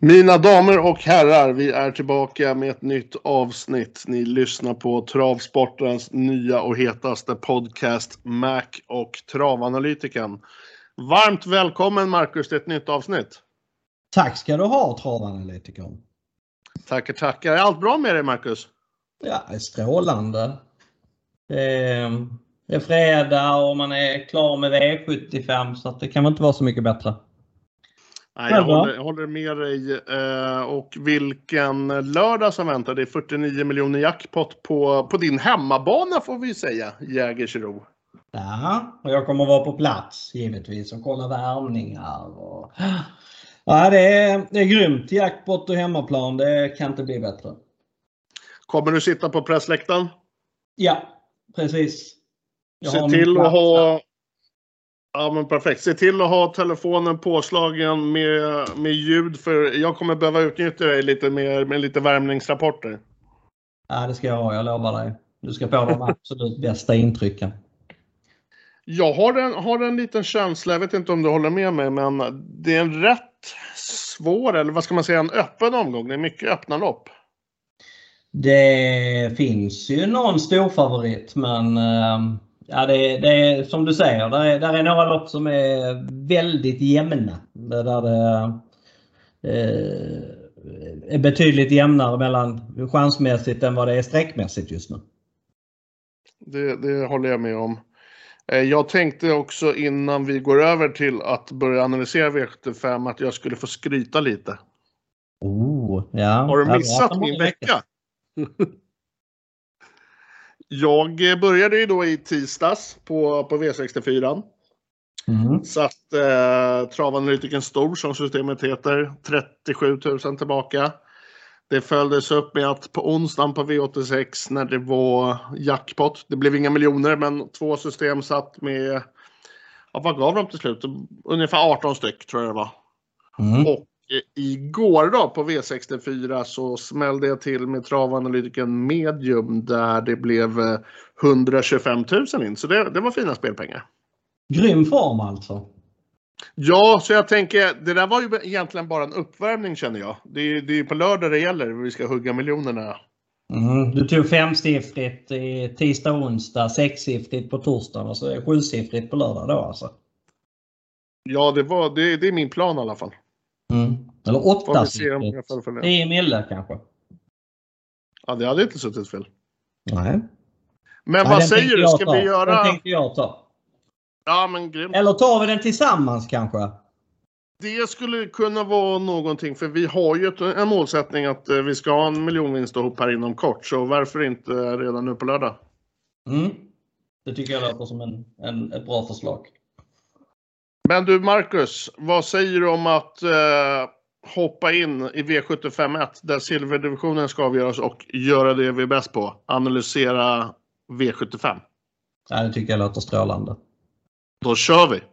Mina damer och herrar, vi är tillbaka med ett nytt avsnitt. Ni lyssnar på Travsportens nya och hetaste podcast, Mac och Travanalytiken. Varmt välkommen Marcus till ett nytt avsnitt. Tack ska du ha, Travanalytiken. Tackar. Är allt bra med dig, Marcus? Ja, det är strålande. Det är fredag och man är klar med V75 så att det kan väl inte vara så mycket bättre. Nej, jag håller med dig. Och vilken lördag som väntar. Det är 49 miljoner jackpot på din hemmabana får vi säga, Jägersro. Ja, och jag kommer vara på plats givetvis och kolla värmningar. Ja, det är grymt. Jackpot och hemmaplan, det kan inte bli bättre. Kommer du sitta på pressläktaren? Ja, precis. Se till att ha... Ja, men perfekt. Se till att ha telefonen påslagen med ljud, för jag kommer behöva utnyttja dig lite mer med lite värmningsrapporter. Ja, det ska jag ha. Jag lovar dig. Du ska få de absolut bästa intrycken. Jag har en liten känsla, jag vet inte om du håller med mig, men det är en rätt svår, eller vad ska man säga, en öppen omgång. Det är mycket öppna lopp. Det finns ju någon stor favorit, men... Ja, det är som du säger, där är några lopp som är väldigt jämna. Där det är betydligt jämnare mellan chansmässigt än vad det är sträckmässigt just nu. Det håller jag med om. Jag tänkte också innan vi går över till att börja analysera V75 att jag skulle få skryta lite. Ja. Har du missat min vecka? Jag började ju då i tisdags på V64. Satt Travanalytiken stor, som systemet heter, 37 000 tillbaka. Det följdes upp med att på onsdagen på V86 när det var jackpot. Det blev inga miljoner, men 2 system satt med, vad gav de till slut? Ungefär 18 styck tror jag det var. Och igår då på V64 så smällde jag till med Travanalytiken medium där det blev 125 000 in. Så det var fina spelpengar. Grym form alltså. Ja, så jag tänker, det där var ju egentligen bara en uppvärmning känner jag. Det är ju på lördag det gäller, vi ska hugga miljonerna. Du tog 5-siffrigt i tisdag och onsdag, 6-siffrigt på torsdag och så 7-siffrigt på lördag då alltså. Ja, det är min plan i alla fall. Eller 8-siffrigt. 10 mille kanske. Ja, det hade inte suttit fel. Nej. Men vad säger du? Ska vi göra... Den tänkte jag ta. Ja, men grymt. Eller tar vi den tillsammans kanske? Det skulle kunna vara någonting, för vi har ju en målsättning att vi ska ha en miljonvinst ihop här inom kort. Så varför inte redan nu på lördag? Det tycker jag låter som ett bra förslag. Men du Marcus, vad säger du om att hoppa in i V75-1 där silverdivisionen ska avgöras och göra det vi är bäst på? Analysera V75. Ja, det tycker jag låter strålande. Då kör vi!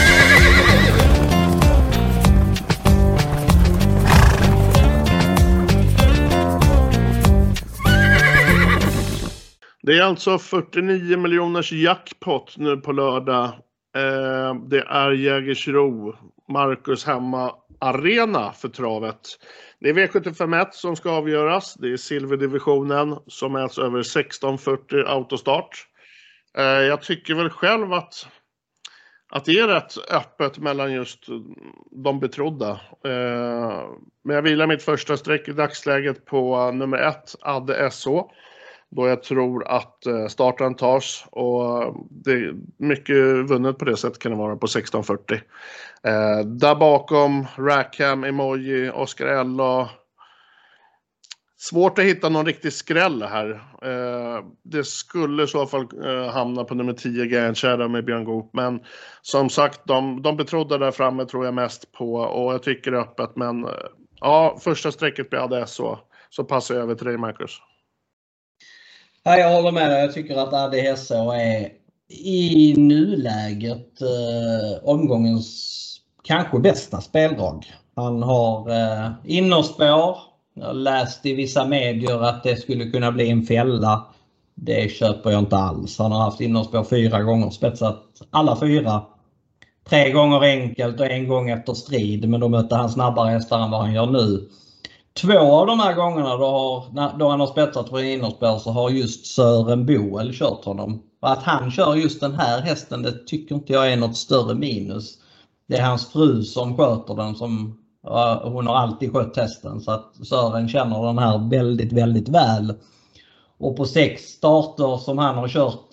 Det är alltså 49 miljoners jackpot nu på lördag. Det är Jägersro, Marcus hemma arena för travet. Det är V75-1 som ska avgöras. Det är silverdivisionen som mäts över 1640 autostart. Jag tycker väl själv att det är rätt öppet mellan just de betrodda. Men jag vilar mitt första streck i dagsläget på nummer 1, Adde SH. Då jag tror att starten tas och det är mycket vunnet på det sättet kan det vara på 1640. Där bakom Rackham, Emoji, Oscar Ella. Svårt att hitta någon riktig skräll här. Det skulle i så fall hamna på nummer 10 Gärnkärra med Björn Goop. Men som sagt, de betrodda där framme tror jag mest på. Och jag tycker det är öppet. Men ja, första strecket blir ADS så passar jag över till dig Marcus. Ja, jag håller med dig. Jag tycker att ADS är i nuläget omgångens kanske bästa speldrag. Han har innerspår. Jag har läst i vissa medier att det skulle kunna bli en fälla. Det köper jag inte alls. Han har haft innerspår 4 gånger, spetsat alla 4. 3 gånger enkelt och 1 gång efter strid, men då mötte han snabbare hästar än vad han gör nu. 2 av de här gångerna då han har spetsat för en innerspår så har just Sören Boel kört honom. Och att han kör just den här hästen, det tycker inte jag är något större minus. Det är hans fru som sköter den, hon har alltid skött hästen, så att Sören känner den här väldigt, väldigt väl. Och på 6 starter som han har kört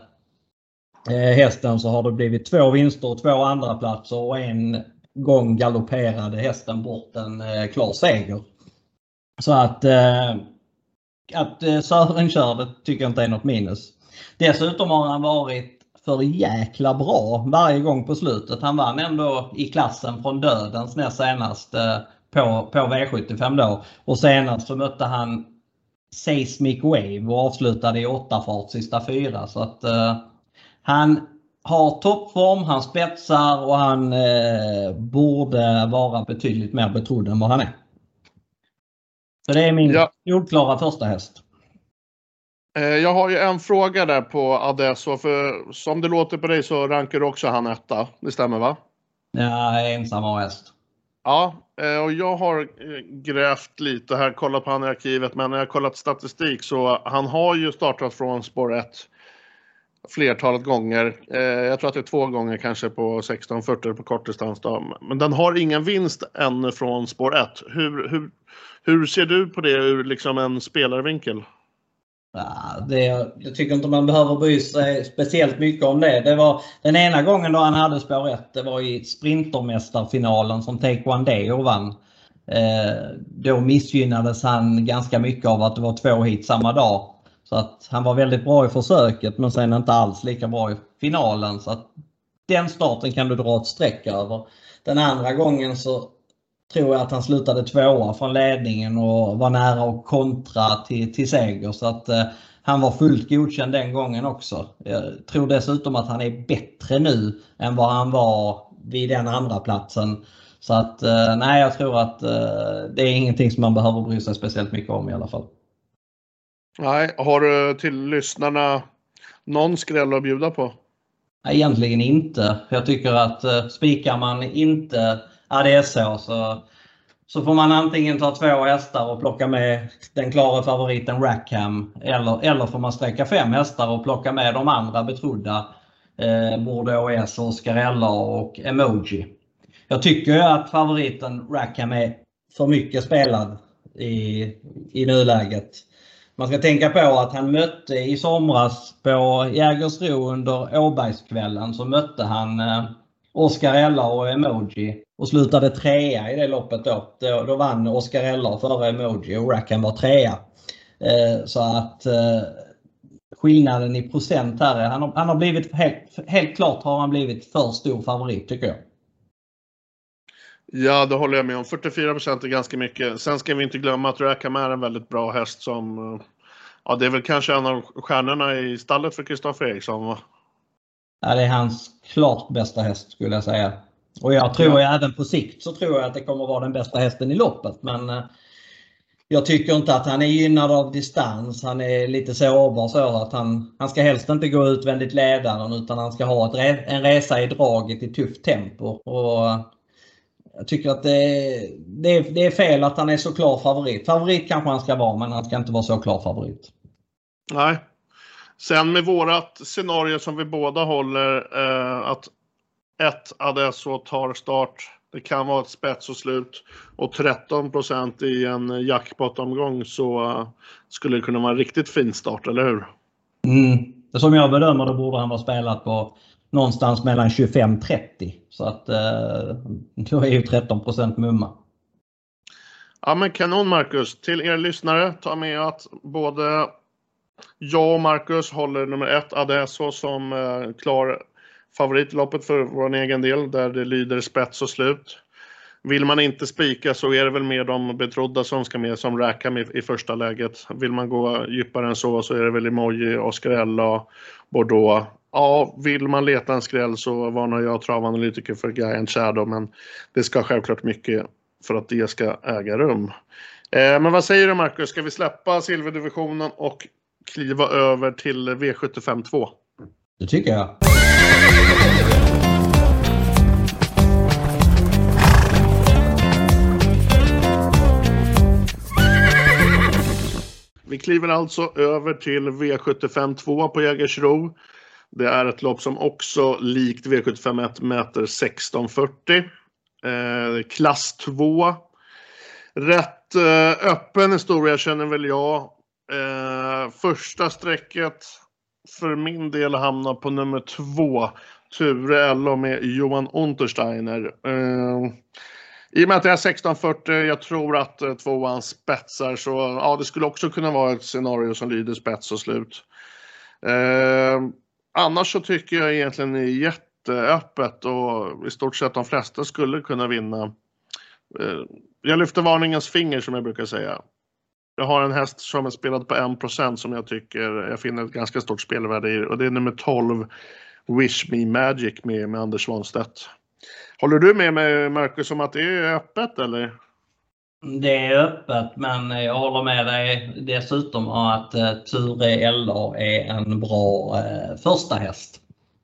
hästen så har det blivit 2 vinster och 2 andra platser och 1 gång galopperade hästen bort en klar seger. Så att Sören kör, det tycker jag inte är något minus. Dessutom har han varit för jäkla bra varje gång på slutet. Han vann ändå i klassen från dödens näst senast på V75 då. Och senast så mötte han Seismic Wave och avslutade i 8 fart sista 4. Så att han har toppform, han spetsar och han borde vara betydligt mer betrodd än vad han är. Så det är min solklara första häst. Jag har ju en fråga där på Adesso, för som det låter på dig så rankar du också han 1. Det stämmer va? Ja, ensam häst. Ja, och jag har grävt lite här, kollat på han i arkivet, men när jag har kollat statistik så han har ju startat från spår 1 flertalet gånger. Jag tror att det är 2 gånger kanske på 1640 på kortdistans då. Men den har ingen vinst ännu från spår 1. Hur ser du på det ur liksom en spelarvinkel? Jag tycker inte man behöver bry sig speciellt mycket om det. Det var den ena gången då han hade spår 1. Det var i sprintermästarfinalen som Taekwondo vann. Då missgynnades han ganska mycket av att det var 2 hit samma dag. Så att han var väldigt bra i försöket men sen inte alls lika bra i finalen. Så att den starten kan du dra ett streck över. Den andra gången så tror jag att han slutade 2 från ledningen och var nära att kontra till seger. Så att han var fullt godkänd den gången också. Jag tror dessutom att han är bättre nu än vad han var vid den andra platsen. Så att nej, jag tror att det är ingenting som man behöver bry sig speciellt mycket om i alla fall. Nej, har du till lyssnarna någon skräll att bjuda på? Nej, egentligen inte. Jag tycker att spikar man inte Adesso så får man antingen ta 2 hästar och plocka med den klara favoriten Rackham eller får man sträcka 5 hästar och plocka med de andra betrodda Bordeaux OS, Oscarella och Emoji. Jag tycker att favoriten Rackham är för mycket spelad i nuläget. Man ska tänka på att han mötte i somras på Jägersro under Åbergskvällen så mötte han Oscarella och Emoji och slutade 3 i det loppet då. Då vann Oscarella före Emoji och Rackham var 3. Så att skillnaden i procent här, han har blivit helt klart har han blivit för stor favorit tycker jag. Ja, det håller jag med om. 44% är ganska mycket. Sen ska vi inte glömma att Rackham är en väldigt bra häst som... Ja, det är väl kanske en av stjärnorna i stallet för Kristoffer Eriksson va? Ja, det är hans klart bästa häst skulle jag säga. Och jag tror även på sikt så tror jag att det kommer att vara den bästa hästen i loppet. Men jag tycker inte att han är gynnad av distans. Han är lite sårbar så att han ska helst inte gå utvändigt ledaren utan han ska ha en resa i draget i tufft tempo. Och jag tycker att det är fel att han är så klar favorit. Favorit kanske han ska vara men han ska inte vara så klar favorit. Nej. Sen med vårat scenario som vi båda håller att 1 Adesso tar start. Det kan vara ett spets och slut. Och 13% i en jackpot-omgång så skulle det kunna vara en riktigt fin start, eller hur? Som jag bedömer det borde han vara spelat på någonstans mellan 25-30. Så att då är ju 13% mumma. Ja men kanon Marcus. Till er lyssnare, ta med att både jag och Marcus håller nummer 1 Adesso som klar favoritloppet för vår egen del där det lyder spets och slut. Vill man inte spika så är det väl mer de betrodda som ska med som Rackham i första läget. Vill man gå djupare än så är det väl Emoji, Oscarella, Bordeaux. Ja, vill man leta en skräll så varnar jag travanalytiker för Giant Shadow men det ska självklart mycket för att det ska äga rum. Men vad säger du Marcus? Ska vi släppa silverdivisionen och kliva över till V75 2? Det tycker jag. Vi kliver alltså över till V75 2 på Jägersro. Det är ett lopp som också likt V75 1 mäter 1640. Klass 2. Rätt öppen historia känner väl jag. Första sträcket för min del hamnar på nummer 2. Ture Ello med Johan Untersteiner. I och med att det är 1640, jag tror att tvåan spetsar, så ja, det skulle också kunna vara ett scenario som lyder spets och slut. Annars så tycker jag egentligen det är jätteöppet och i stort sett de flesta skulle kunna vinna. Jag lyfter varningens finger som jag brukar säga. Jag har en häst som är spelad på 1% som jag tycker jag finner ett ganska stort spelvärde i, och det är nummer 12 Wish Me Magic med Anders Svanstedt. Håller du med mig, Marcus, om att det är öppet eller? Det är öppet, men jag håller med dig dessutom att Ture LA är en bra första häst.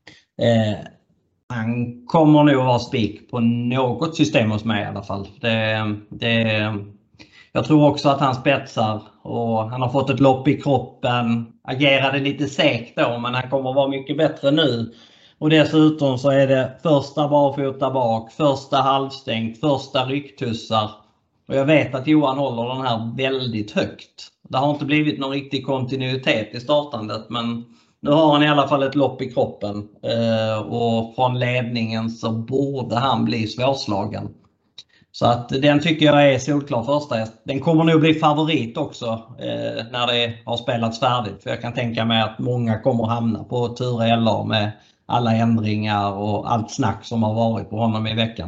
Han kommer nog vara spik på något system hos mig i alla fall. Jag tror också att han spetsar och han har fått ett lopp i kroppen. Agerade lite segt då, men han kommer vara mycket bättre nu. Och dessutom så är det första barfota bak, första halvstängt, första rycktussar. Och jag vet att Johan håller den här väldigt högt. Det har inte blivit någon riktig kontinuitet i startandet, men nu har han i alla fall ett lopp i kroppen. Och från ledningen så borde han bli svårslagen. Så att den tycker jag är solklar första häst. Den kommer nog bli favorit också när det har spelats färdigt. För jag kan tänka mig att många kommer hamna på Ture LA med alla ändringar och allt snack som har varit på honom i veckan.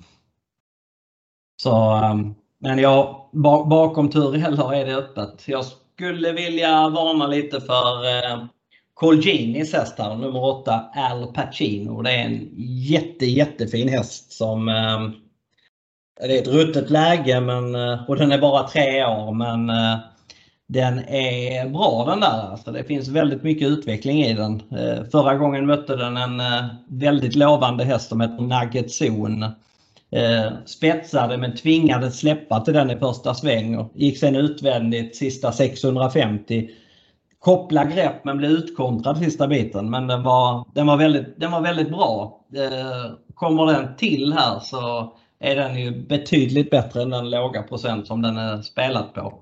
Så, men bakom Ture LA är det öppet. Jag skulle vilja varna lite för Colginis häst här, nummer 8 Al Pacino. Det är en jättefin häst som det är ett ruttet läge, och den är bara 3 år, men den är bra den där. Alltså det finns väldigt mycket utveckling i den. Förra gången mötte den en väldigt lovande häst som heter Nugget Zone. Spetsade men tvingades släppa till den i första sväng och gick sen utvändigt sista 650. Koppla grepp men blev utkontrad sista biten, men den var väldigt bra. Kommer den till här så är den ju betydligt bättre än den låga procent som den är spelat på.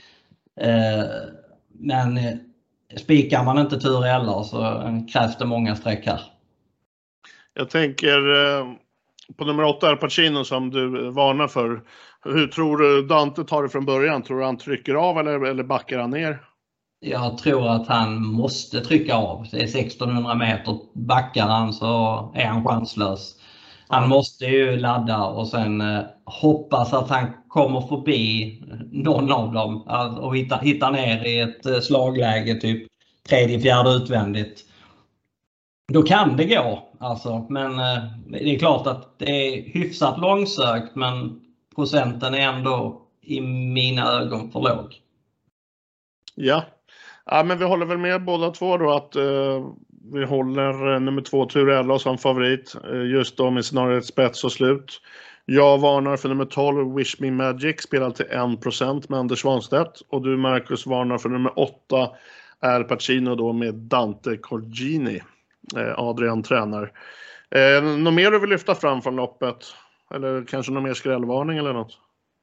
Men spikar man inte Ture LA så krävs det många streck här. Jag tänker på nummer 8 Al Pacino som du varnar för. Hur tror du Dante tar det från början? Tror du han trycker av eller backar han ner? Jag tror att han måste trycka av. Det är 1600 meter. Backar han så är han chanslös. Han måste ju ladda och sen hoppas att han kommer förbi någon av dem och hitta ner i ett slagläge typ 3/4 utvändigt. Då kan det gå alltså, men det är klart att det är hyfsat långsökt, men procenten är ändå i mina ögon för låg. Ja, men vi håller väl med båda två då att vi håller nummer 2 Ture LA som favorit, just då med scenariot spets och slut. Jag varnar för nummer 12 Wish Me Magic, spelad till 1% med Anders Svanstedt. Och du, Marcus, varnar för nummer 8 Al Pacino då med Dante Colgini. Adrian tränar. Något mer du vill lyfta fram från loppet? Eller kanske någon mer skrällvarning eller något?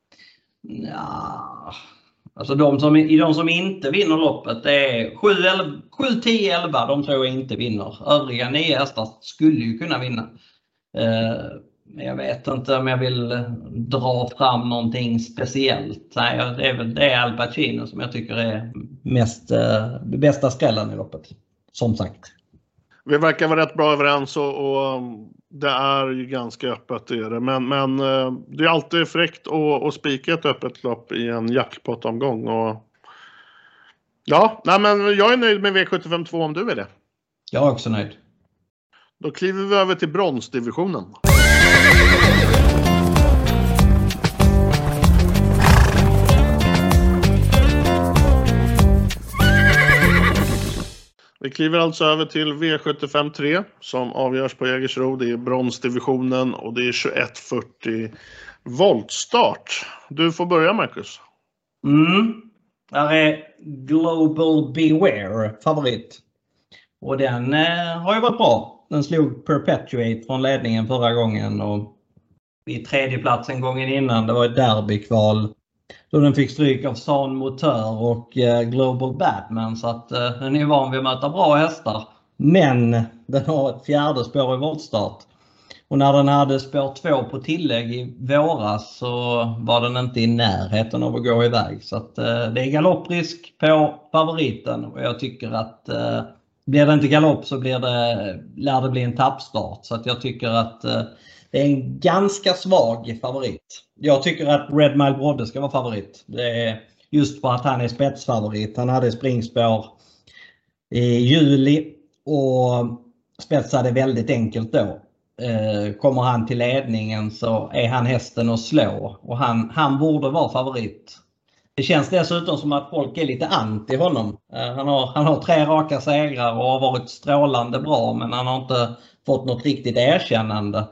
Ja, alltså de som inte vinner loppet är 7, 10, 11. De tror jag inte vinner. Övriga 9 hästar skulle ju kunna vinna. Men jag vet inte om jag vill dra fram någonting speciellt. Nej, det är väl det Al Pacino som jag tycker är bästa skrällen i loppet. Som sagt. Vi verkar vara rätt bra överens och det är ju ganska öppet det är det. Men det är alltid fräckt att spika ett öppet lopp i en jackpot-omgång. Och ja, men jag är nöjd med V75-2 om du är det. Jag är också nöjd. Då kliver vi över till bronsdivisionen. Vi kliver alltså över till V75-3 som avgörs på Jägersro. Det är bronsdivisionen och det är 2140 voltstart. Du får börja, Marcus. Där är Global Beware favorit. Och den har ju varit bra. Den slog Perpetuate från ledningen förra gången och vid tredje platsen gången innan. Det var ett derbykval då den fick stryk av San Motör och Global Batman. Så att den är van vid att möta bra hästar. Men den har ett fjärde spår i voltstart. Och när den hade spår 2 på tillägg i våras så var den inte i närheten av att gå iväg. Så att, det är galopprisk på favoriten. Och jag tycker att blir det inte galopp så lär det bli en tappstart. Så att jag tycker att det är en ganska svag favorit. Jag tycker att Red Mile Brodde ska vara favorit. Det är just för att han är spetsfavorit. Han hade springspår i juli och spetsade väldigt enkelt då. Kommer han till ledningen så är han hästen att slå. Och han borde vara favorit. Det känns dessutom som att folk är lite anti honom. Han har 3 raka segrar och har varit strålande bra, men han har inte fått något riktigt erkännande.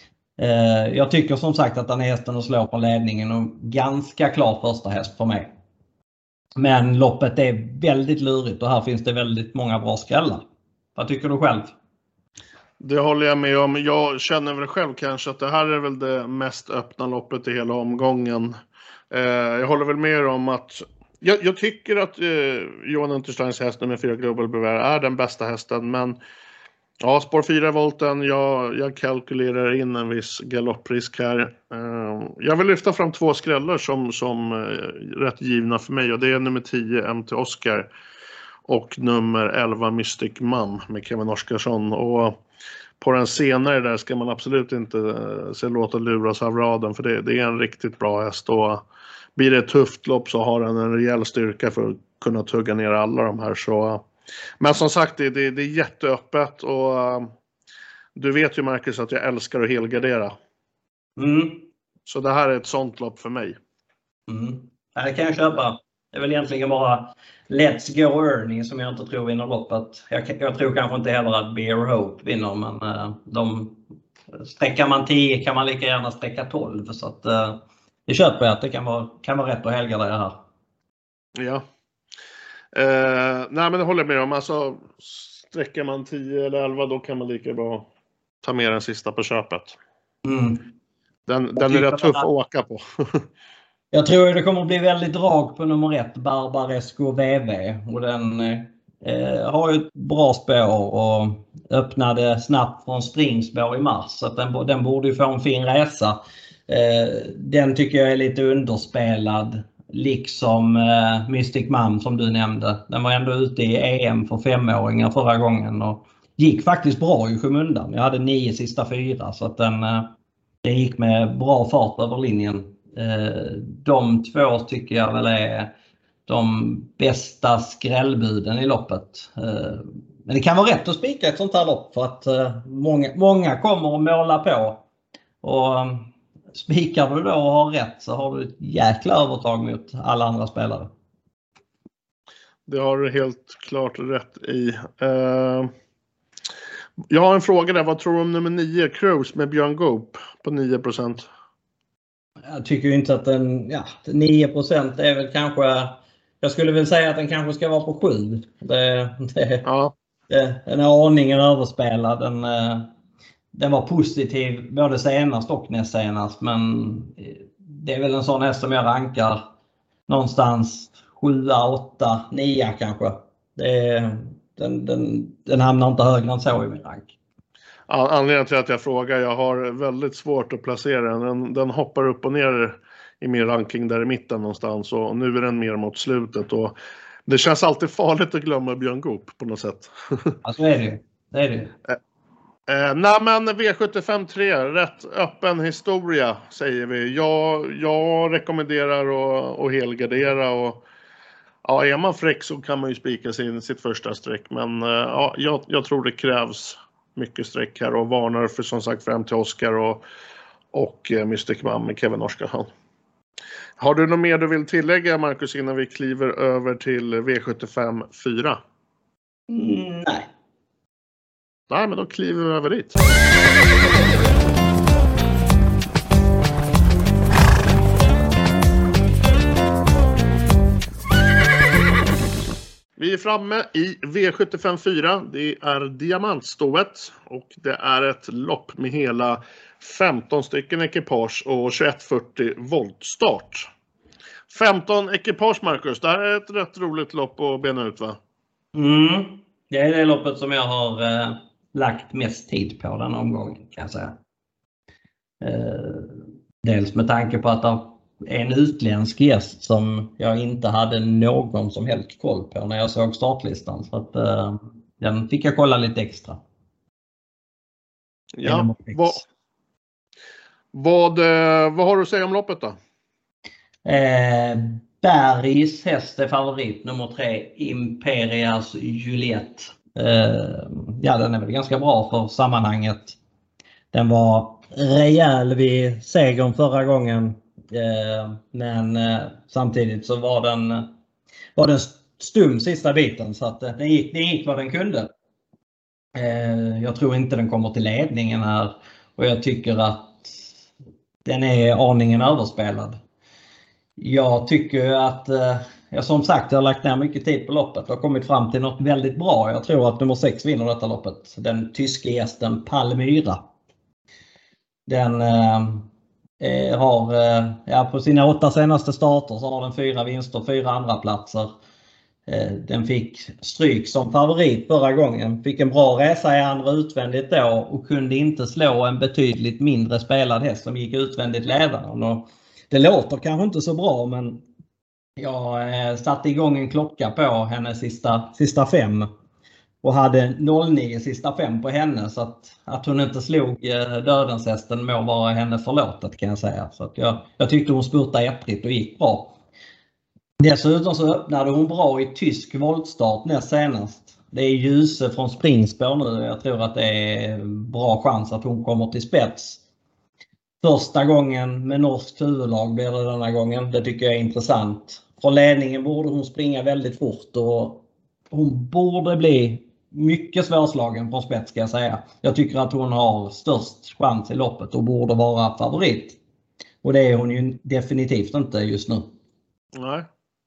Jag tycker som sagt att han är hästen att slå på ledningen och ganska klar första häst för mig. Men loppet är väldigt lurigt och här finns det väldigt många bra skrällar. Vad tycker du själv? Det håller jag med om. Jag känner väl själv kanske att det här är väl det mest öppna loppet i hela omgången. Jag håller väl med om att jag tycker att Johan Untersteins häst nummer 4 Global Beware är den bästa hästen, men ja, spår 4 volten, jag kalkylerar in en viss galopprisk här. Jag vill lyfta fram 2 skrällar som rätt givna för mig, och det är nummer 10 MT Oscar och nummer 11 Mystic Man med Kevin Oskarsson. Och på den senare där ska man absolut inte se låta luras av raden, för det är en riktigt bra häst, och blir det ett tufft lopp så har den en rejäl styrka för att kunna tugga ner alla de här. Så, men som sagt, det är jätteöppet, och du vet ju Marcus att jag älskar att helgardera. Så det här är ett sånt lopp för mig. Det kan jag köpa. Det är väl egentligen bara Let's Go Ernie som jag inte tror vinner loppet. Jag tror kanske inte heller att Bear Hope vinner, men sträckar man 10 kan man lika gärna sträcka 12. Så att det köper jag att det kan vara rätt att helgardera här. Ja. Nej, men det håller jag med om. Alltså, sträcker man 10 eller 11 då kan man lika bra ta med den sista på köpet. Den är rätt tuff att åka på. Jag tror det kommer att bli väldigt drag på nummer 1 Barbaresco VV, och den har ju ett bra spår och öppnade snabbt från springspår i mars, så att den borde ju få en fin resa. Den tycker jag är lite underspelad, liksom Mystic Man som du nämnde. Den var ändå ute i EM för 5-åringar förra gången och gick faktiskt bra i skymundan. Jag hade 9 sista 4, så att den gick med bra fart över linjen. De 2 tycker jag väl är de bästa skrällbuden i loppet. Men det kan vara rätt att spika ett sånt här lopp, för att många kommer att måla på. Och spikar du då och har rätt så har du ett jäkla övertag mot alla andra spelare. Det har du helt klart rätt i. Jag har en fråga där. Vad tror du om nummer 9 Cruise med Björn Goop på 9%? Jag tycker ju inte att 9% är väl kanske... Jag skulle väl säga att den kanske ska vara på 7. Den är aningen överspelad. Den var positiv både senast och näst senast. Men det är väl en sån häst som jag rankar någonstans 7, 8, 9 kanske. Den hamnar inte högre än så i min rank. Anledningen till att jag frågar, jag har väldigt svårt att placera den. Den hoppar upp och ner i min ranking där i mitten någonstans, och nu är den mer mot slutet, och det känns alltid farligt att glömma Björn Goop på något sätt. Alltså är det. Nej, men V75 3, rätt öppen historia säger vi. Jag rekommenderar att helgardera, och ja, är man fräck så kan man ju spika sitt första streck, men ja, jag tror det krävs mycket streck här, och varnar för som sagt fram till Oscar och Mystic Man med Kevin Oskarsson. Har du något mer du vill tillägga, Marcus, innan vi kliver över till V75 4? Nej. Nej, men då kliver vi över dit. Vi är framme i V75-4. Det är diamantstoet och det är ett lopp med hela 15 stycken ekipage och 2140 voltstart. 15 ekipage, Marcus. Det här är ett rätt roligt lopp att bena ut, va? Det är det loppet som jag har lagt mest tid på den omgången, kan jag säga. Dels med tanke på att det är en utländsk gäst som jag inte hade någon som helst koll på när jag såg startlistan. Så att den fick jag kolla lite extra. Ja, vad har du att säga om loppet då? Bergs häst är favorit, nummer 3, Imperias Juliette. Ja, den är väl ganska bra för sammanhanget. Den var rejäl vid segern förra gången. Men samtidigt så var den stum sista biten, så att den gick vad den kunde. Jag tror inte den kommer till ledningen här och jag tycker att den är aningen överspelad. Jag tycker att jag som sagt har lagt ner mycket tid på loppet och har kommit fram till något väldigt bra. Jag tror att nummer 6 vinner detta loppet. Den tyska gästen Palmyra. Den har på sina 8 senaste starter så har den 4 vinster, 4 andra platser. Den fick stryk som favorit förra gången. Fick en bra resa i andra utvändigt då och kunde inte slå en betydligt mindre spelad häst som gick utvändigt ledaren. Det låter kanske inte så bra, men jag satte igång en klocka på hennes sista 5 och hade 09 sista 5 på henne, så att hon inte slog dödens hästen må vara henne förlåtet, kan jag säga. Så att jag tyckte hon spurtade äppligt och gick bra. Dessutom så öppnade hon bra i tysk voltstart näst senast. Det är Ljuse från springspår nu. Jag tror att det är bra chans att hon kommer till spets. Första gången med norskt huvudlag blir det denna gången. Det tycker jag är intressant. Från ledningen borde hon springa väldigt fort och hon borde bli mycket svårslagen från spets, ska jag säga. Jag tycker att hon har störst chans i loppet och borde vara favorit. Och det är hon ju definitivt inte just nu. Nej.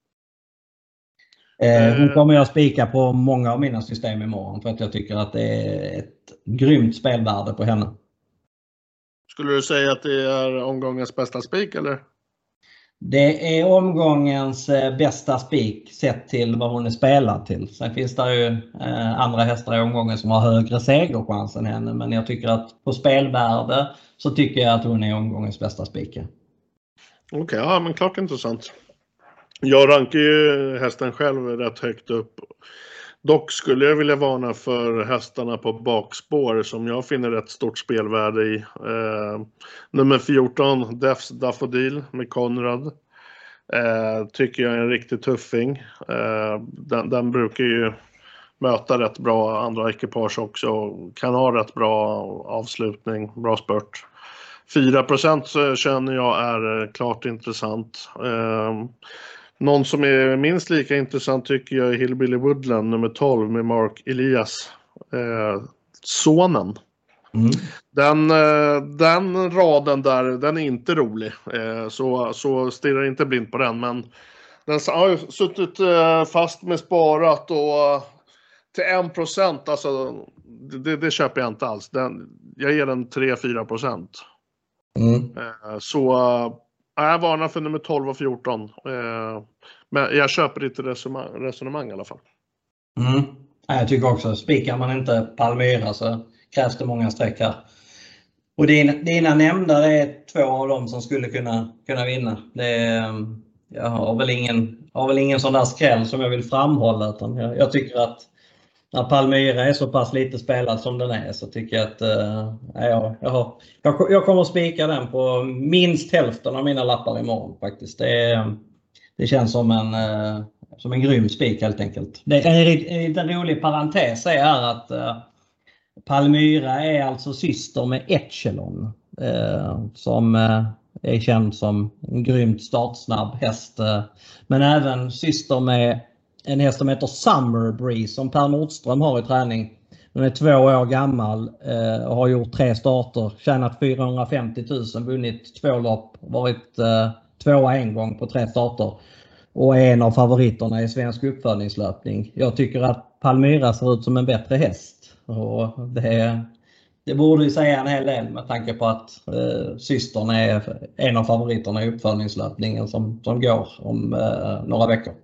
Hon kommer jag spika på många av mina system imorgon för att jag tycker att det är ett grymt spelvärde på henne. Skulle du säga att det är omgångens bästa spik, eller? Det är omgångens bästa spik sett till vad hon är spelad till. Sen finns det ju andra hästar i omgången som har högre segerchans än henne. Men jag tycker att på spelvärde så tycker jag att hon är omgångens bästa spik. Okej, ja, men klart intressant. Jag rankar ju hästen själv rätt högt upp. Dock skulle jag vilja varna för hästarna på bakspår som jag finner rätt stort spelvärde i. Nummer 14, Defs Daffodil med Konrad. Tycker jag är en riktigt tuffing. Den brukar ju möta rätt bra andra ekipage också. Kan ha rätt bra avslutning, bra spurt. 4% känner jag är klart intressant. Någon som är minst lika intressant tycker jag är Hillbilly Woodland nummer 12 med Mark Elias, sonen. Den raden där, den är inte rolig. Så stirrar inte blind på den, men den har ju suttit fast med sparat och till 1%, alltså det köper jag inte alls. Jag ger den 3-4%. Så jag varnar för nummer 12 och 14. Men jag köper lite resonemang i alla fall. Jag tycker också, spikar man inte Palmyra så krävs det många streck här. Och dina nämnda, det är 2 av dem som skulle kunna vinna. Jag har väl ingen sån där skräll som jag vill framhålla. Utan jag tycker att när Palmyra är så pass lite spelad som den är så tycker jag att jag kommer att spika den på minst hälften av mina lappar imorgon faktiskt. Det känns som en grym spik helt enkelt. Det är en rolig parentes är här att Palmyra är alltså syster med Echelon som är känd som en grymt startsnabb häst. Men även syster med en häst som heter Summer Breeze som Per Nordström har i träning. Den är 2 år gammal och har gjort 3 starter, tjänat 450 000, vunnit 2 lopp, varit 2 en gång på 3 starter. och är en av favoriterna i svensk uppföljningslöpning. Jag tycker att Palmyra ser ut som en bättre häst. Och det borde ju säga en hel del med tanke på att systern är en av favoriterna i uppföljningslöpningen som går om några veckor.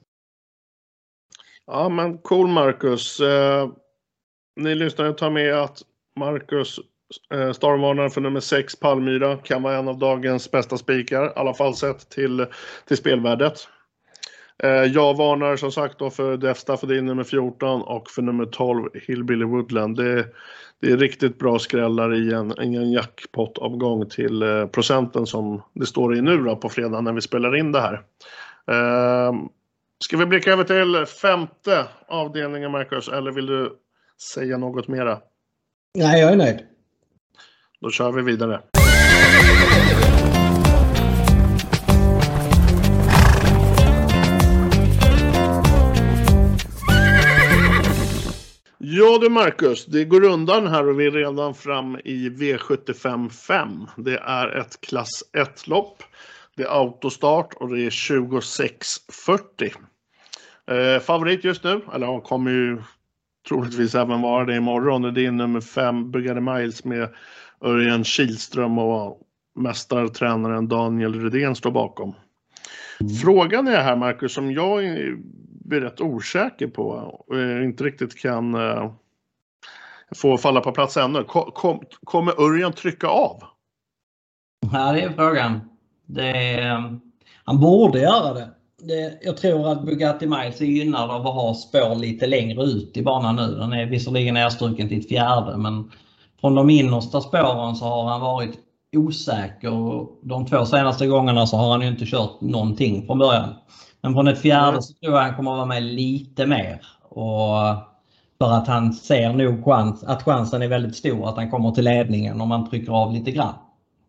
Ja, men cool Marcus. Ni lyssnare tar med att Marcus starvarnar för nummer 6 Palmyra kan vara en av dagens bästa spikar. I alla fall sett till spelvärdet. Jag varnar som sagt då för Death Staffordin nummer 14 och för nummer 12 Hillbilly Woodland. Det är riktigt bra skrällar i en jackpot-avgång till procenten som det står i nu då på fredag när vi spelar in det här. Ska vi blicka över till 5:e avdelningen Marcus, eller vill du säga något mera? Nej, jag är nöjd. Då kör vi vidare. Ja du Marcus, det går undan här och vi är redan fram i V75-5. Det är ett klass 1-lopp. Det är autostart och det är 26:40. Favorit just nu, eller han kommer ju troligtvis även vara det imorgon. Det är nummer 5 Bugatti Miles med Örjan Kihlström och mästartränaren Daniel Rydén står bakom. Frågan är här Marcus som jag är rätt osäker på och inte riktigt kan få falla på plats ännu. Kommer Örjan trycka av? Ja, det är frågan. Han borde göra det. Jag tror att Bugatti Miles är gynnad av att ha spår lite längre ut i banan nu. Den är visserligen nedstruken till ett fjärde, men från de innersta spåren så har han varit osäker. De 2 senaste gångerna så har han ju inte kört någonting från början. Men från ett fjärde så tror jag han kommer att vara med lite mer. Och för att han ser nog att chansen är väldigt stor att han kommer till ledningen om man trycker av lite grann.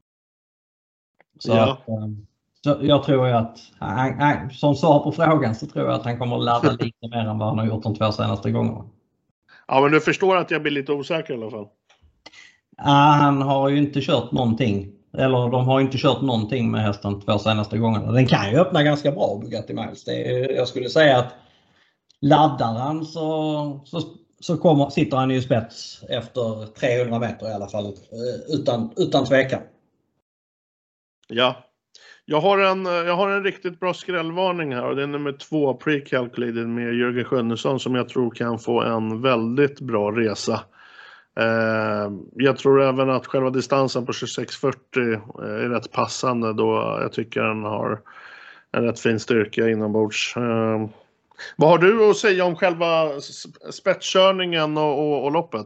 Så jag tror att som svar på frågan så tror jag att han kommer att ladda lite mer än vad han har gjort de 2 senaste gångerna. Ja, men du förstår att jag blir lite osäker i alla fall. Han har ju inte kört någonting. Eller de har inte kört någonting med hästen 2 senaste gångerna. Den kan ju öppna ganska bra Bugatti Miles. Jag skulle säga att laddar han så sitter han i spets efter 300 meter i alla fall. Utan tvekan. Ja. Jag har en riktigt bra skrällvarning här och det är nummer 2 Precalculated med Jörgen Sjönnesson som jag tror kan få en väldigt bra resa. Jag tror även att själva distansen på 26:40 är rätt passande då jag tycker den har en rätt fin styrka inombords. Vad har du att säga om själva spetskörningen och loppet?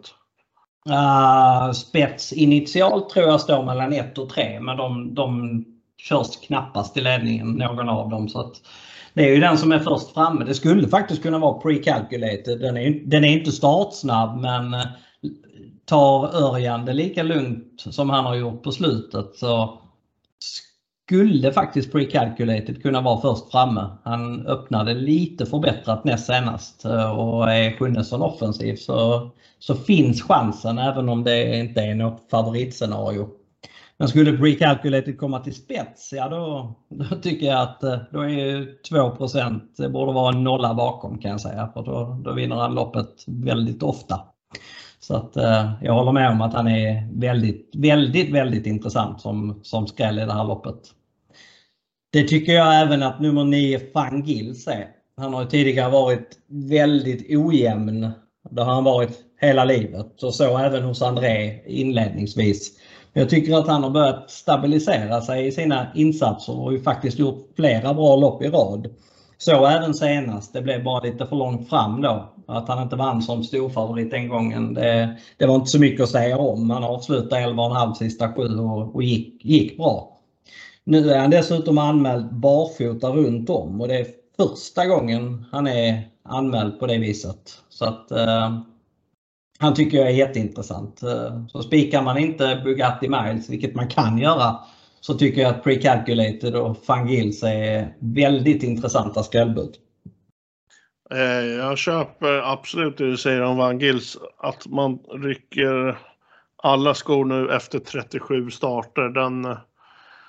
Spets initialt tror jag står mellan 1 och 3, men de körs knappast i ledningen någon av dem, så att det är ju den som är först framme. Det skulle faktiskt kunna vara Precalculated. Den är inte startsnabb, men tar Örjan det lika lugnt som han har gjort på slutet så skulle faktiskt Precalculated kunna vara först framme. Han öppnade lite förbättrat näst senast och är Sjunnesson offensiv så finns chansen även om det inte är något favoritscenario. Men skulle Precalculated komma till spets, ja då tycker jag att då är 2%, det borde vara en nolla bakom kan jag säga, för då vinner han loppet väldigt ofta. Så att jag håller med om att han är väldigt, väldigt, väldigt intressant som skräll i det här loppet. Det tycker jag även att nummer 9 Fangils är. Han har ju tidigare varit väldigt ojämn. Det har han varit hela livet och så även hos André inledningsvis. Jag tycker att han har börjat stabilisera sig i sina insatser och ju faktiskt gjort flera bra lopp i rad. Så även senast, det blev bara lite för långt fram då. Att han inte vann som storfavorit den gången, det var inte så mycket att säga om. Han avslutade 11,5 sista 7 och gick bra. Nu är han dessutom anmäld barfota runt om och det är första gången han är anmäld på det viset. Så att han tycker jag är jätteintressant. Så spikar man inte Bugatti Miles, vilket man kan göra, så tycker jag att Precalculated och Fangils är väldigt intressanta skrällbud. Jag köper absolut det du säger om Fangils, att man rycker alla skor nu efter 37 starter.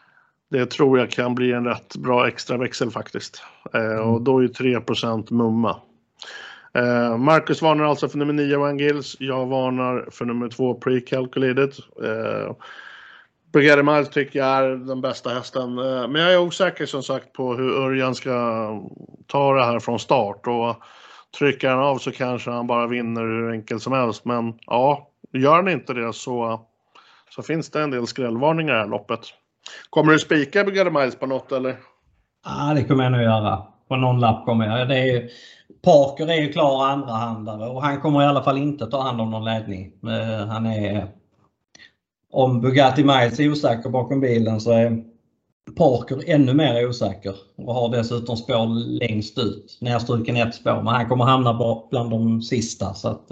Det tror jag kan bli en rätt bra extra växel faktiskt. Och då är ju 3% mumma. Marcus varnar alltså för nummer 9 One Gills. Jag varnar för nummer 2 Precalculated. Bugatti Miles tycker jag är den bästa hästen. Men jag är osäker som sagt på hur Örjan ska ta det här från start. Och trycker han av så kanske han bara vinner hur enkelt som helst. Men ja, gör han inte det så finns det en del skrällvarningar i det här loppet. Kommer du spika Bugatti Miles på något eller? Ja, det kommer jag nog göra. På någon lapp kommer jag. Parker är ju klar andrahandare och han kommer i alla fall inte ta hand om någon ledning. Han är... Om Bugatti Miles är osäker bakom bilen så är Parker ännu mer osäker och har dessutom spår längst ut. Närstruken ett spår, men han kommer hamna bland de sista. Så att,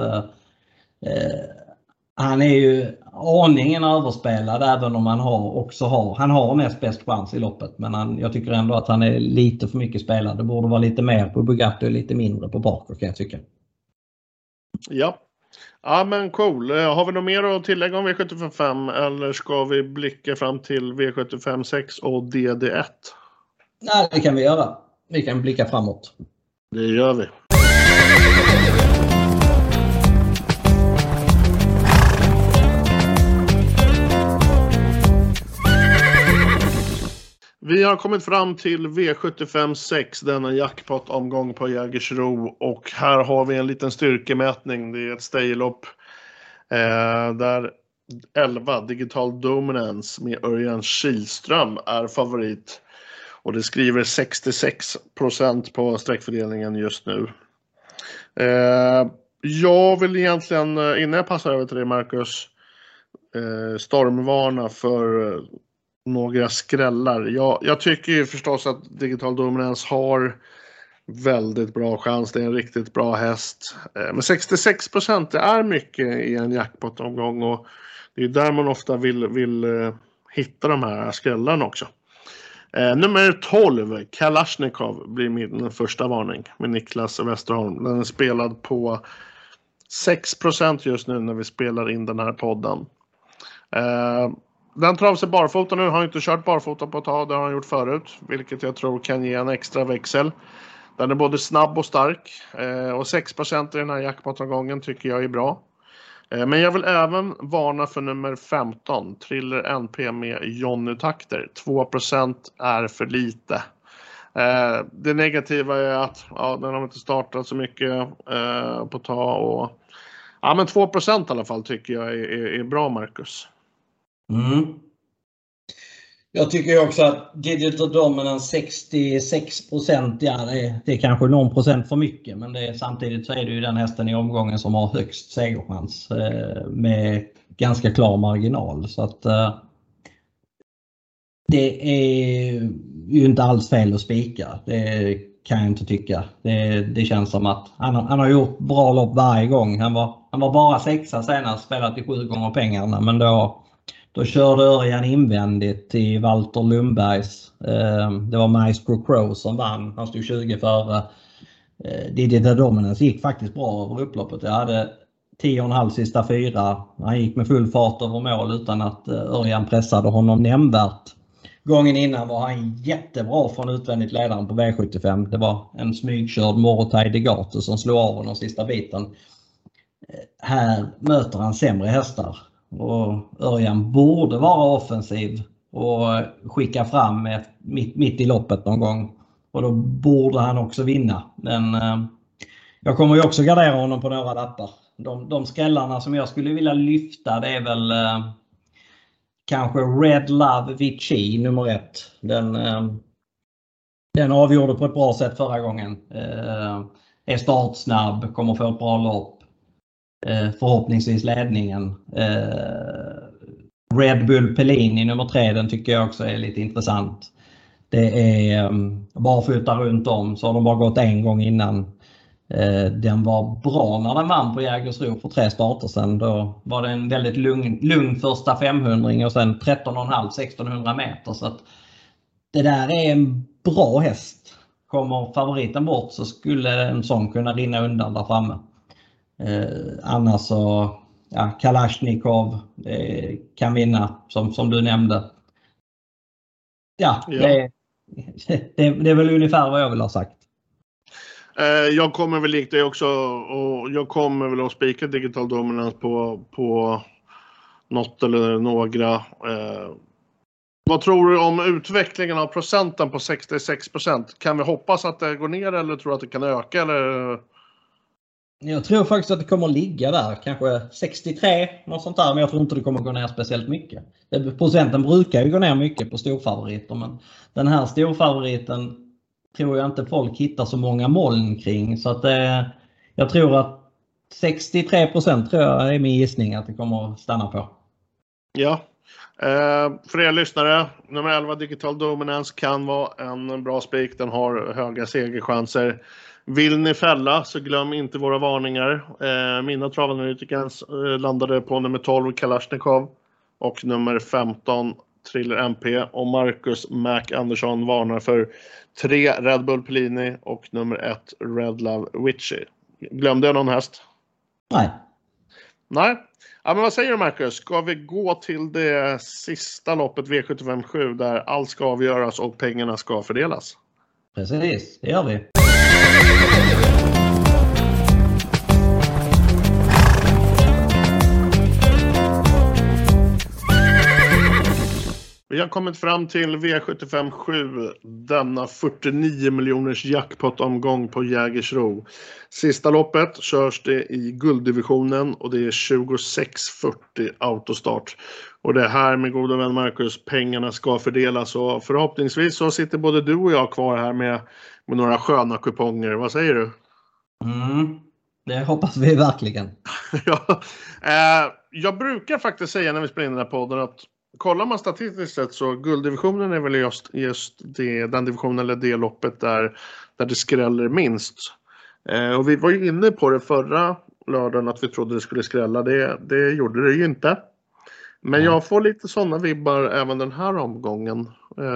han är ju aningen överspelad även om han har näst bäst chans i loppet. Men jag tycker ändå att han är lite för mycket spelad. Det borde vara lite mer på Bugatti och lite mindre på Parker kan jag tycka. Ja men cool. Har vi något mer att tillägga om V75 eller ska vi blicka fram till V75 6 och DD1? Nej, det kan vi göra. Vi kan blicka framåt. Det gör vi. Vi har kommit fram till V75 6, denna jackpot-omgång på Jägersro. Och här har vi en liten styrkemätning. Det är ett staylopp där 11 Digital Dominance med Örjan Kihlström är favorit. Och det skriver 66% på sträckfördelningen just nu. Jag vill egentligen, innan jag passar över till dig Marcus, stormvarna för några skrällar. Jag tycker ju förstås att Digital Dominance har väldigt bra chans. Det är en riktigt bra häst. Men 66% det är mycket i en jackpot-omgång och det är där man ofta vill hitta de här skrällarna också. Nummer 12, Kalashnikov, blir min första varning med Niklas Westerholm. Den är spelad på 6% just nu när vi spelar in den här podden. Den travar sig barfota nu, har inte kört barfota på ett tag, det har han gjort förut. Vilket jag tror kan ge en extra växel. Den är både snabb och stark. Och 6% i den här jackpot-omgången tycker jag är bra. Men jag vill även varna för nummer 15, Thriller NP med Jonny Takter. 2% är för lite. Det negativa är att den har inte startat så mycket på tag. Och, men 2% i alla fall tycker jag är bra, Marcus. Jag tycker också att Digital Dominance 66%, det är kanske någon procent för mycket, men samtidigt så är det ju den hästen i omgången som har högst segerchans med ganska klar marginal. Så att det är ju inte alls fel att spika. Det kan jag inte tycka. Det känns som att han har gjort bra lopp varje gång. Han var bara 6 senast, spelat i 7 gånger pengarna, men då körde Örjan invändigt till Walter Lundbergs. Det var Maestro Crow som vann. Han stod 20 före. Digital Dominance gick faktiskt bra över upploppet. Jag hade 10,5 sista 4. Han gick med full fart över mål utan att Örjan pressade honom nämnvärt. Gången innan var han jättebra från utvändigt ledaren på V75. Det var en smygkörd Morotai Degato som slog av honom sista biten. Här möter han sämre hästar. Och Örjan borde vara offensiv och skicka fram mitt i loppet någon gång. Och då borde han också vinna. Men jag kommer ju också gardera honom på några lappar. De skrällarna som jag skulle vilja lyfta, det är väl kanske Red Love Vici nummer 1. Den avgjorde på ett bra sätt förra gången. Är startsnabb, kommer få ett bra lopp. Förhoppningsvis ledningen. Red Bull Pellini nummer 3, den tycker jag också är lite intressant. Det är barfota runt om, så har de bara gått en gång innan. Den var bra när den vann på Jägersro för 3 starter sedan. Då var det en väldigt lugn första 500 och sen 13,5-1600 meter. Så att det där är en bra häst. Kommer favoriten bort så skulle en sån kunna rinna undan där framme. Annars så Kalashnikov kan vinna som du nämnde. Ja, det är väl ungefär vad jag vill ha sagt. Jag kommer väl likt dig också, och jag kommer väl att spika Digital Dominance på något eller några. Vad tror du om utvecklingen av procenten på 66%? Kan vi hoppas att det går ner eller tror du att det kan öka? Eller? Jag tror faktiskt att det kommer att ligga där. Kanske 63, något sånt där. Men jag tror inte det kommer att gå ner speciellt mycket. Procenten brukar ju gå ner mycket på storfavoriter. Men den här storfavoriten tror jag inte folk hittar så många moln kring. Så att jag tror att 63% tror jag är min gissning att det kommer att stanna på. Ja. För er lyssnare, nummer 11 Digital Dominance kan vara en bra spik. Den har höga segerchanser. Vill ni fälla så glöm inte våra varningar. Mina travanalytikens landade på nummer 12 Kalashnikov och nummer 15 Thriller MP, och Marcus Mac Andersson varnar för 3 Red Bull Pellini och nummer 1 Red Love Witchy. Glömde jag någon häst? Nej. Ja, men vad säger du, Marcus? Ska vi gå till det sista loppet V75-7 där allt ska avgöras och pengarna ska fördelas? Precis, det gör vi. Vi har kommit fram till V75-7, denna 49 miljoners jackpot-omgång på Jägersro. Sista loppet körs det i gulddivisionen och det är 26:40 autostart. Och det här, med goda vän Marcus, pengarna ska fördelas, och förhoppningsvis så sitter både du och jag kvar här med några sköna kuponger. Vad säger du? Det hoppas vi verkligen. Ja, jag brukar faktiskt säga när vi spelar in den här podden att kollar man statistiskt sett så gulddivisionen är väl just den divisionen eller det loppet där det skräller minst. Och vi var ju inne på det förra lördagen att vi trodde det skulle skrälla. Det gjorde det ju inte. Men jag får lite sådana vibbar även den här omgången.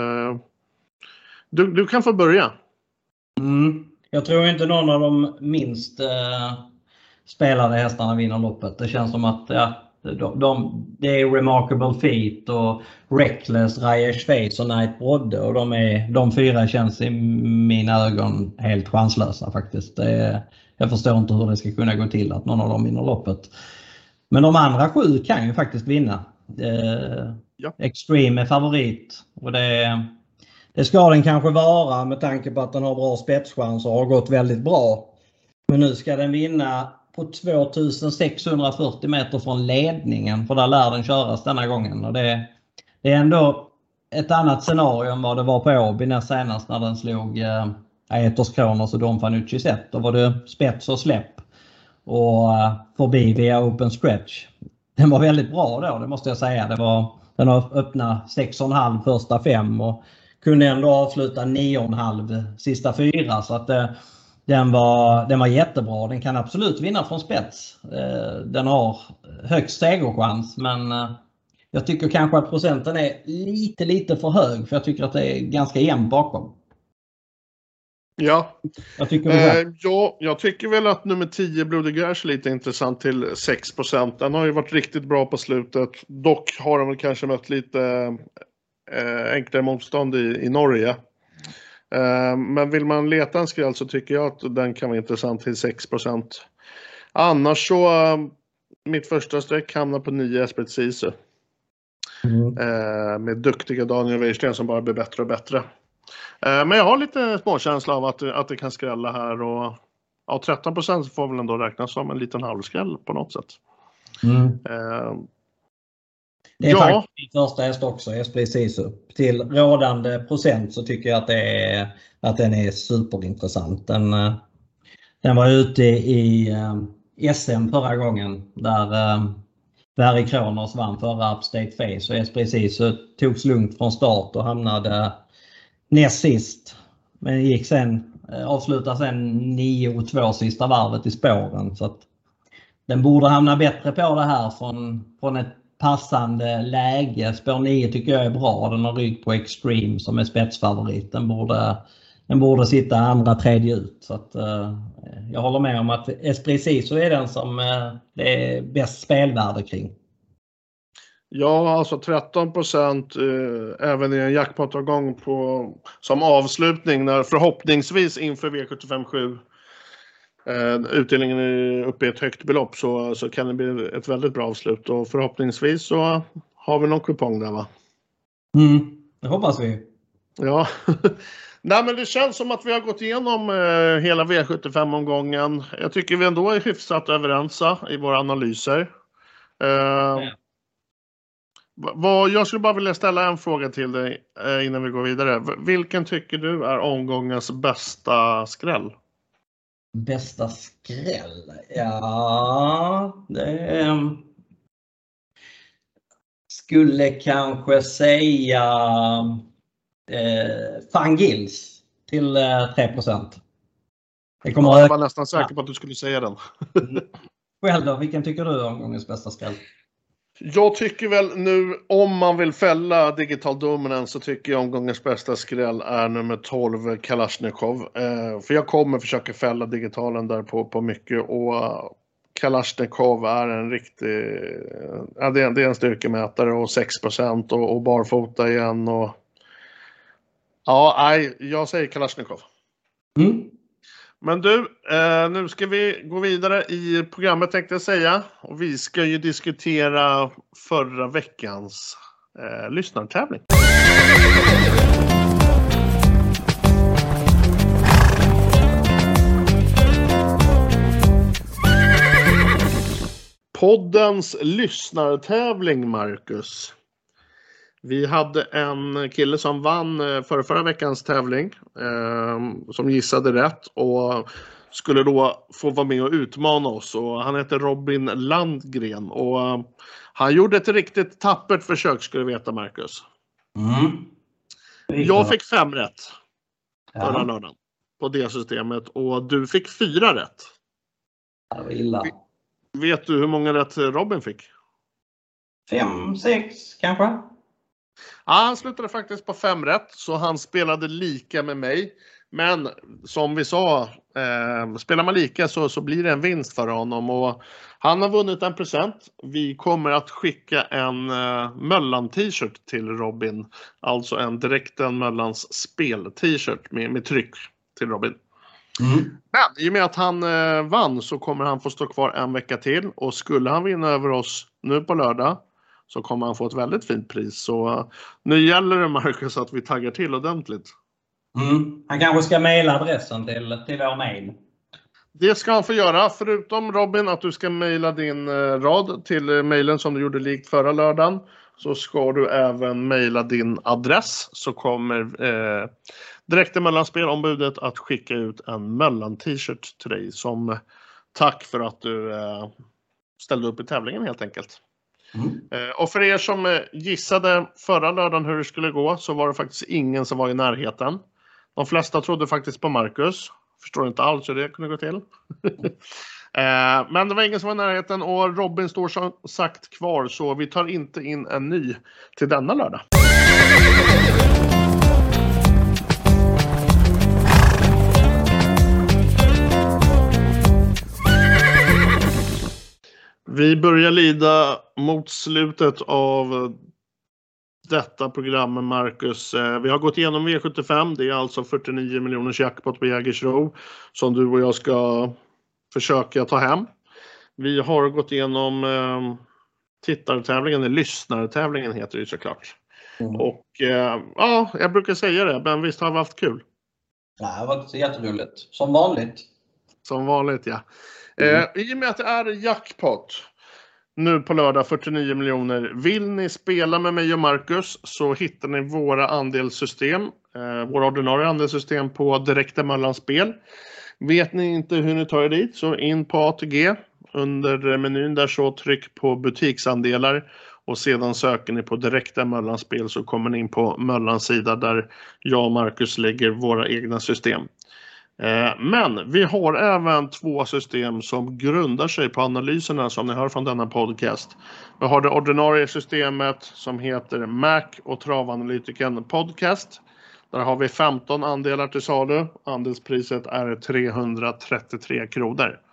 Du kan få börja. Jag tror inte någon av de minst spelade hästarna vinner loppet. Det känns som att det är Remarkable Feat och Reckless, Reyes Face och Night Brodde, och de 4 känns i mina ögon helt chanslösa faktiskt. Jag förstår inte hur det ska kunna gå till att någon av dem vinner loppet. Men de andra 7 kan ju faktiskt vinna. Extreme är favorit, och det ska den kanske vara med tanke på att den har bra spetschanser och har gått väldigt bra. Men nu ska den vinna på 2640 meter från ledningen, för där lär den köras denna gången. Och det är ändå ett annat scenario än vad det var på Åby näst senast när den slog Aetos Kronos och Don Fanucci sett. Då var det spets och släpp och förbi via open stretch. Den var väldigt bra då, det måste jag säga. Den har öppnat 6,5 första 5 och kunde ändå avsluta 9,5 sista 4, så att den var jättebra. Den kan absolut vinna från spets. Den har högst segerchans, men jag tycker kanske att procenten är lite för hög, för jag tycker att det är ganska jämnt bakom. Ja. Jag tycker jag tycker väl att nummer 10 Blodig är lite intressant till 6%. Den har ju varit riktigt bra på slutet. Dock har den väl kanske mött lite enklare motstånd i Norge. Men vill man leta en skräll så tycker jag att den kan vara intressant till 6%. Annars så mitt första streck hamnar på 9 Esprit Sisu. Med duktiga Daniel Weirsten som bara blir bättre och bättre. Men jag har lite småkänsla av att det kan skrälla här, och 13% får väl ändå räknas som en liten halvskräll på något sätt. Det är faktiskt min första häst också, Esprit Sisu. Till rådande procent så tycker jag att den är superintressant. Den var ute i SM förra gången där Barry Kronos vann förra Upstate Face, och Esprit Sisu togs lugnt från start och hamnade näst sist. Men gick avslutade sen 9,2 sista varvet i spåren, så att den borde hamna bättre på det här från ett passande läge. Spår 9 tycker jag är bra. Den har rygg på Extreme som är spetsfavorit. Den borde sitta andra, tredje ut. Så att, jag håller med om att Esprit Sisu är den som det är bäst spelvärde kring. Ja, alltså 13% även i en jackpot-avgång som avslutning när förhoppningsvis inför V75-7 utdelningen är uppe i ett högt belopp så kan det bli ett väldigt bra avslut och förhoppningsvis så har vi någon kupong där, va? Det hoppas vi. Ja, nej men det känns som att vi har gått igenom hela V75-omgången. Jag tycker vi ändå är hyfsat överensa i våra analyser. Jag skulle bara vilja ställa en fråga till dig innan vi går vidare. Vilken tycker du är omgångens bästa skräll? Bästa skräll? Ja, det skulle kanske säga Fangils till 3%. Jag var nästan säker på att du skulle säga den. Själv då, vilken tycker du är omgångens bästa skräll? Jag tycker väl nu, om man vill fälla Digital Dominance så tycker jag omgångens bästa skräll är nummer 12, Kalashnikov. För jag kommer försöka fälla digitalen där på mycket och Kalashnikov är en riktig, ja, det är en styrkemätare och 6% och barfota igen och ja, nej, jag säger Kalashnikov. Men du, nu ska vi gå vidare i programmet tänkte jag säga. Och vi ska ju diskutera förra veckans lyssnartävling. Poddens lyssnartävling, Marcus. Vi hade en kille som vann förra veckans tävling som gissade rätt och skulle då få vara med och utmana oss. Och han heter Robin Landgren och han gjorde ett riktigt tappert försök, skulle du veta, Marcus. Jag fick 5 rätt förra lördagen på det systemet och du fick 4 rätt. Det var illa. Vet du hur många rätt Robin fick? 5, 6 kanske? Ja, han slutade faktiskt på 5 rätt så han spelade lika med mig. Men som vi sa, spelar man lika så blir det en vinst för honom och han har vunnit en present. Vi kommer att skicka en Möllan-t-shirt till Robin. Alltså en Direkten Möllans spel-t-shirt med tryck till Robin. Men i och med att han vann så kommer han få stå kvar en vecka till och skulle han vinna över oss nu på lördag så kommer han få ett väldigt fint pris. Så nu gäller det, Marcus, att vi taggar till ordentligt. Han kanske ska mejla adressen till vår mejl. Det ska han få göra, förutom Robin att du ska mejla din rad till mejlen som du gjorde likt förra lördagen. Så ska du även mejla din adress så kommer Direkten Möllanspel ombudet att skicka ut en Möllan-t-shirt till dig som tack för att du ställde upp i tävlingen helt enkelt. Och för er som gissade förra lördagen hur det skulle gå så var det faktiskt ingen som var i närheten. De flesta trodde faktiskt på Marcus. Förstår inte alls hur det kunde gå till. Men det var ingen som var i närheten och Robin står som sagt kvar så vi tar inte in en ny till denna lördag. Vi börjar lida mot slutet av detta program med Marcus. Vi har gått igenom V75. Det är alltså 49 miljoners jackpot på Jägersro som du och jag ska försöka ta hem. Vi har gått igenom tittartävlingen, eller lyssnartävlingen heter det såklart. Och ja, jag brukar säga det, men visst har vi haft kul. Ja, det var jätteroligt. Som vanligt. Som vanligt, ja. I och med att det är jackpot nu på lördag 49 miljoner. Vill ni spela med mig och Marcus så hittar ni våra andelssystem. Våra ordinarie andelssystem på Direkten Möllans spel. Vet ni inte hur ni tar er dit så in på ATG. Under menyn där så tryck på butiksandelar. Och sedan söker ni på Direkten Möllans spel så kommer ni in på Möllans sida där jag och Marcus lägger våra egna system. Men vi har även 2 system som grundar sig på analyserna som ni hör från denna podcast. Vi har det ordinarie systemet som heter Mac och Travanalytiken Podcast. Där har vi 15 andelar till salu. Andelspriset är 333 kronor.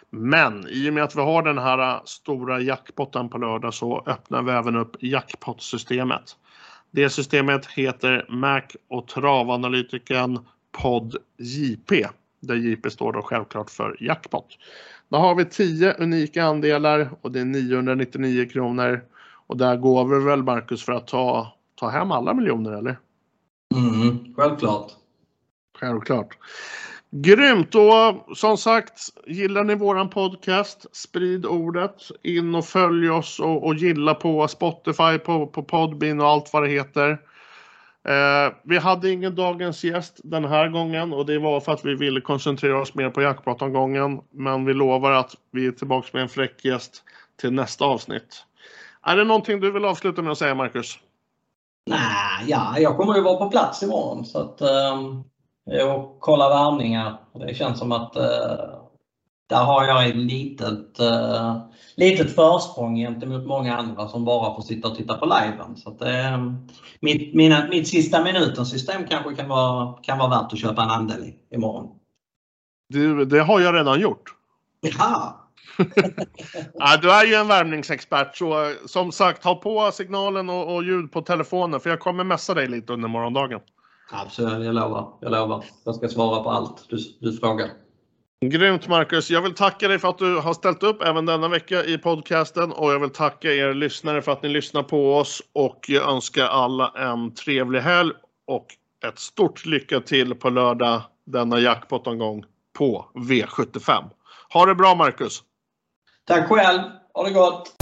Men i och med att vi har den här stora jackpotten på lördag så öppnar vi även upp jackpot-systemet. Det systemet heter Mac och travanalytiken Pod JP. Där JP står då självklart för jackpot. Då har vi 10 unika andelar och det är 999 kronor. Och där går vi väl, Marcus, för att ta hem alla miljoner, eller? Självklart. Självklart. Grymt, och som sagt, gillar ni våran podcast, sprid ordet, in och följ oss och gilla på Spotify, på Podbean och allt vad det heter. Vi hade ingen dagens gäst den här gången och det var för att vi ville koncentrera oss mer på jackpot-omgången, men vi lovar att vi är tillbaka med en fräck gäst till nästa avsnitt. Är det någonting du vill avsluta med att säga, Marcus? Nej, jag kommer ju vara på plats imorgon så att och kolla värmningar. Det känns som att där har jag ett litet försprång gentemot många andra som bara får sitta och titta på liven. Så att mitt sista minuten system kanske kan vara värt att köpa en andel imorgon. Det har jag redan gjort. Ja. Ja, du är ju en värmningsexpert, så som sagt, ha på signalen och ljud på telefonen, för jag kommer messa dig lite under morgondagen. Absolut, jag lovar. Jag ska svara på allt du frågar. Grymt, Marcus. Jag vill tacka dig för att du har ställt upp även denna vecka i podcasten, och jag vill tacka er lyssnare för att ni lyssnar på oss, och jag önskar alla en trevlig helg och ett stort lycka till på lördag denna jackpot-omgång på V75. Ha det bra, Marcus. Tack själv. Ha det gott.